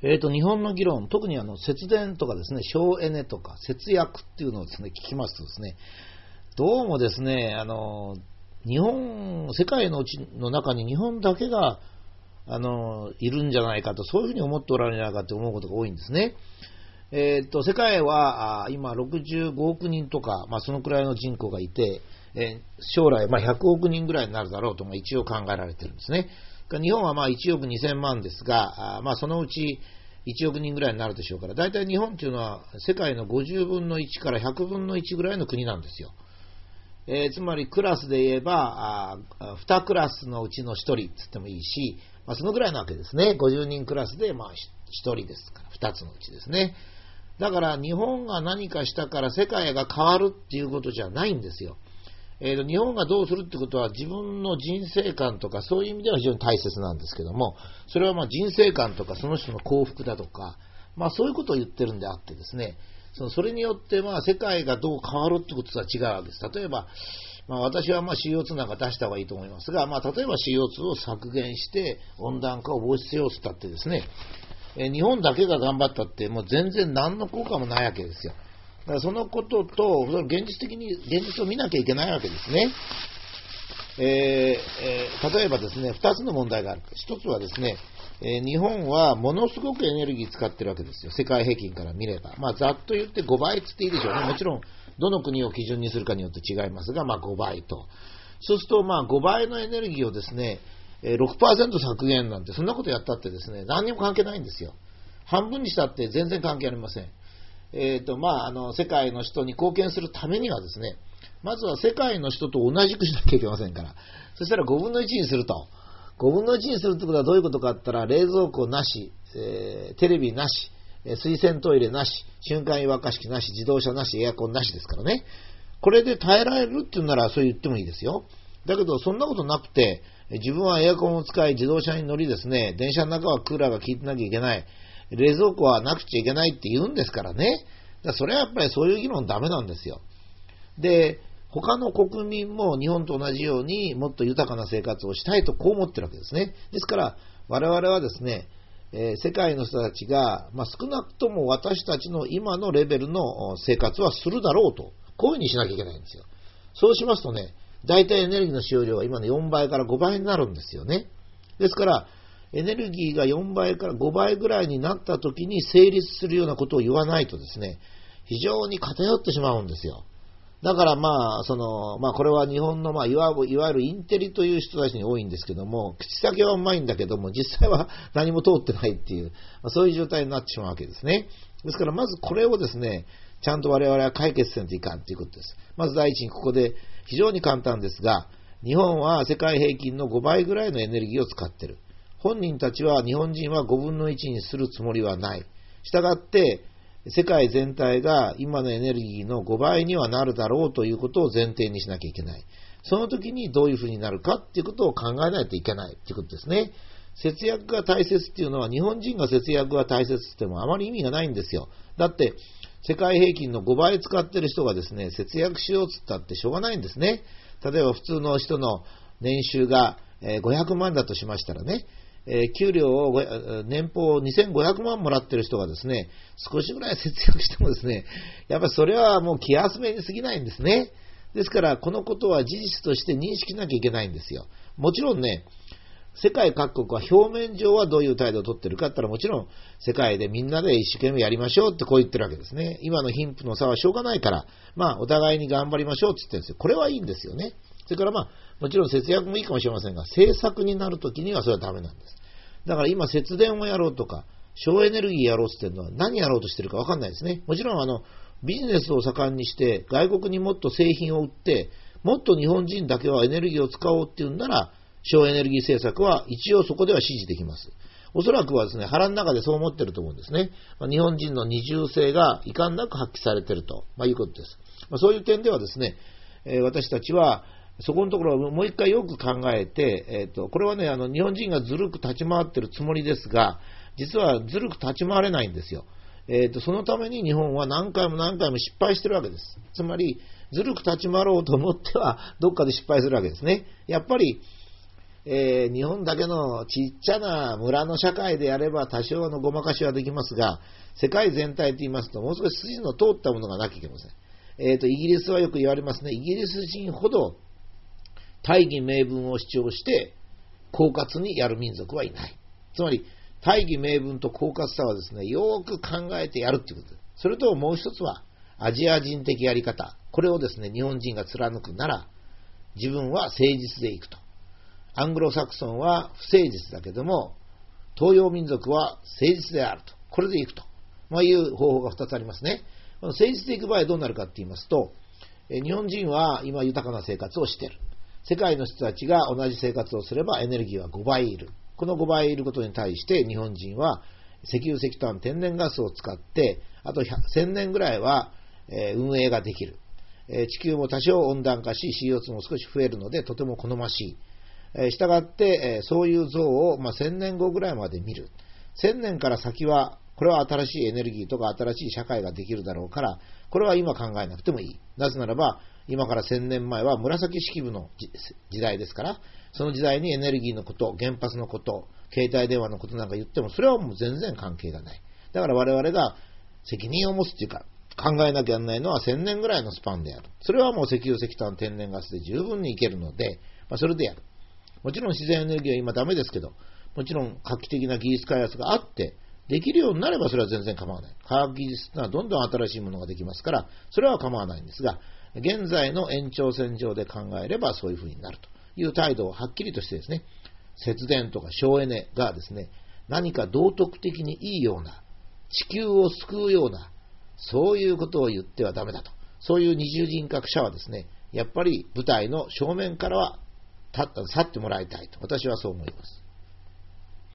日本の議論、特に節電とかですね、省エネとか節約っていうのをですね、聞きますとですね、どうもですね、世界のうちの中に日本だけが、いるんじゃないかと、そういうふうに思っておられるんじゃないかと思うことが多いんですね。世界は今65億人とか、そのくらいの人口がいて、将来100億人ぐらいになるだろうと一応考えられているんですね。日本は1億2000万ですが、そのうち1億人ぐらいになるでしょうから、だいたい日本というのは世界の50分の1から100分の1ぐらいの国なんですよ。つまりクラスで言えば2クラスのうちの1人つってもいいし、そのぐらいなわけですね。50人クラスで1人ですから2つのうちですね。だから日本が何かしたから世界が変わるっていうことじゃないんですよ。日本がどうするってことは自分の人生観とかそういう意味では非常に大切なんですけども、それは人生観とかその人の幸福だとか、そういうことを言ってるんであってですね、それによって世界がどう変わるってこととは違うわけです。例えば、私はCO2 なんか出した方がいいと思いますが、例えば CO2 を削減して温暖化を防止せようとったってですね、日本だけが頑張ったってもう全然何の効果もないわけですよ。だからそのことと現実を見なきゃいけないわけですね。例えばですね、2つの問題がある。1つはですね、日本はものすごくエネルギー使ってるわけですよ。世界平均から見れば。ざっと言って5倍って言っていいでしょうね。もちろんどの国を基準にするかによって違いますが、5倍と。そうすると5倍のエネルギーをですね、6% 削減なんてそんなことやったってですね、何にも関係ないんですよ。半分にしたって全然関係ありません。世界の人に貢献するためにはですね、まずは世界の人と同じくしなきゃいけませんから、そしたら5分の1にすると。5分の1にするってことはどういうことかって言ったら、冷蔵庫なし、テレビなし、水洗トイレなし、瞬間湯沸かし器なし、自動車なし、エアコンなしですからね。これで耐えられるっていうならそう言ってもいいですよ。だけどそんなことなくて、自分はエアコンを使い、自動車に乗りですね、電車の中はクーラーが効いてなきゃいけない、冷蔵庫はなくちゃいけないって言うんですからね。それはやっぱりそういう議論ダメなんですよ。で、他の国民も日本と同じようにもっと豊かな生活をしたいとこう思ってるわけですね。ですから我々はですね、世界の人たちが、少なくとも私たちの今のレベルの生活はするだろうと、こういうふうにしなきゃいけないんですよ。そうしますとね、大体エネルギーの使用量は今の4倍から5倍になるんですよね。ですからエネルギーが4倍から5倍ぐらいになった時に成立するようなことを言わないとですね、非常に偏ってしまうんですよ。だからこれは日本のいわゆるインテリという人たちに多いんですけども、口先はうまいんだけども実際は何も通ってないっていう、そういう状態になってしまうわけですね。ですからまずこれをですね、ちゃんと我々は解決せんといかんということです。まず第一にここで非常に簡単ですが、日本は世界平均の5倍ぐらいのエネルギーを使っている。本人たちは日本人は5分の1にするつもりはない。したがって世界全体が今のエネルギーの5倍にはなるだろうということを前提にしなきゃいけない。その時にどういうふうになるかっていうことを考えないといけないということですね。節約が大切っていうのは、日本人が節約が大切って言ってもあまり意味がないんですよ。だって世界平均の5倍使ってる人がですね、節約しようって言ったってしょうがないんですね。例えば普通の人の年収が500万だとしましたらね、給料を年俸2500万もらってる人がですね、少しぐらい節約してもですね、やっぱりそれはもう気休めに過ぎないんですね。ですからこのことは事実として認識しなきゃいけないんですよ。もちろんね、世界各国は表面上はどういう態度を取ってるかって言ったら、もちろん世界でみんなで一生懸命やりましょうってこう言ってるわけですね。今の貧富の差はしょうがないから、お互いに頑張りましょうって言ってるんですよ。これはいいんですよね。それからもちろん節約もいいかもしれませんが、政策になるときにはそれはダメなんです。だから今節電をやろうとか省エネルギーやろうって言ってるのは何やろうとしてるか分かんないですね。もちろんビジネスを盛んにして外国にもっと製品を売ってもっと日本人だけはエネルギーを使おうっていうんなら、省エネルギー政策は一応そこでは支持できます。おそらくはですね、腹の中でそう思ってると思うんですね。日本人の二重性が遺憾なく発揮されていると、いうことです。そういう点ではですね、私たちはそこのところをもう一回よく考えて、これはね、日本人がずるく立ち回っているつもりですが、実はずるく立ち回れないんですよ。そのために日本は何回も何回も失敗してるわけです。つまりずるく立ち回ろうと思ってはどっかで失敗するわけですね。やっぱり日本だけのちっちゃな村の社会でやれば多少のごまかしはできますが、世界全体と言いますともう少し筋の通ったものがなきゃいけません。イギリスはよく言われますね。イギリス人ほど大義名分を主張して狡猾にやる民族はいない。つまり大義名分と狡猾さはですね、よく考えてやるということです。それともう一つはアジア人的やり方。これをですね、日本人が貫くなら自分は誠実でいくと。アングロサクソンは不誠実だけども、東洋民族は誠実であると。これでいくと。いう方法が2つありますね。この誠実でいく場合はどうなるかって言いますと、日本人は今豊かな生活をしている。世界の人たちが同じ生活をすればエネルギーは5倍いる。この5倍いることに対して日本人は石油石炭天然ガスを使ってあと1000年ぐらいは運営ができる。地球も多少温暖化し CO2 も少し増えるのでとても好ましい。したがって、そういう像を、1000年後ぐらいまで見る。1000年から先は、これは新しいエネルギーとか新しい社会ができるだろうから、これは今考えなくてもいい。なぜならば、今から1000年前は紫式部の時代ですから、その時代にエネルギーのこと、原発のこと、携帯電話のことなんか言っても、それはもう全然関係がない。だから我々が責任を持つというか、考えなきゃいけないのは1000年ぐらいのスパンである。それはもう石油石炭天然ガスで十分にいけるので、それでやる。もちろん自然エネルギーは今ダメですけど、もちろん画期的な技術開発があって、できるようになればそれは全然構わない。科学技術というのはどんどん新しいものができますから、それは構わないんですが、現在の延長線上で考えればそういうふうになるという態度をはっきりとしてですね、節電とか省エネがですね、何か道徳的にいいような、地球を救うような、そういうことを言ってはダメだと。そういう二重人格者はですね、やっぱり舞台の正面からは去ってもらいたいと、私はそう思います。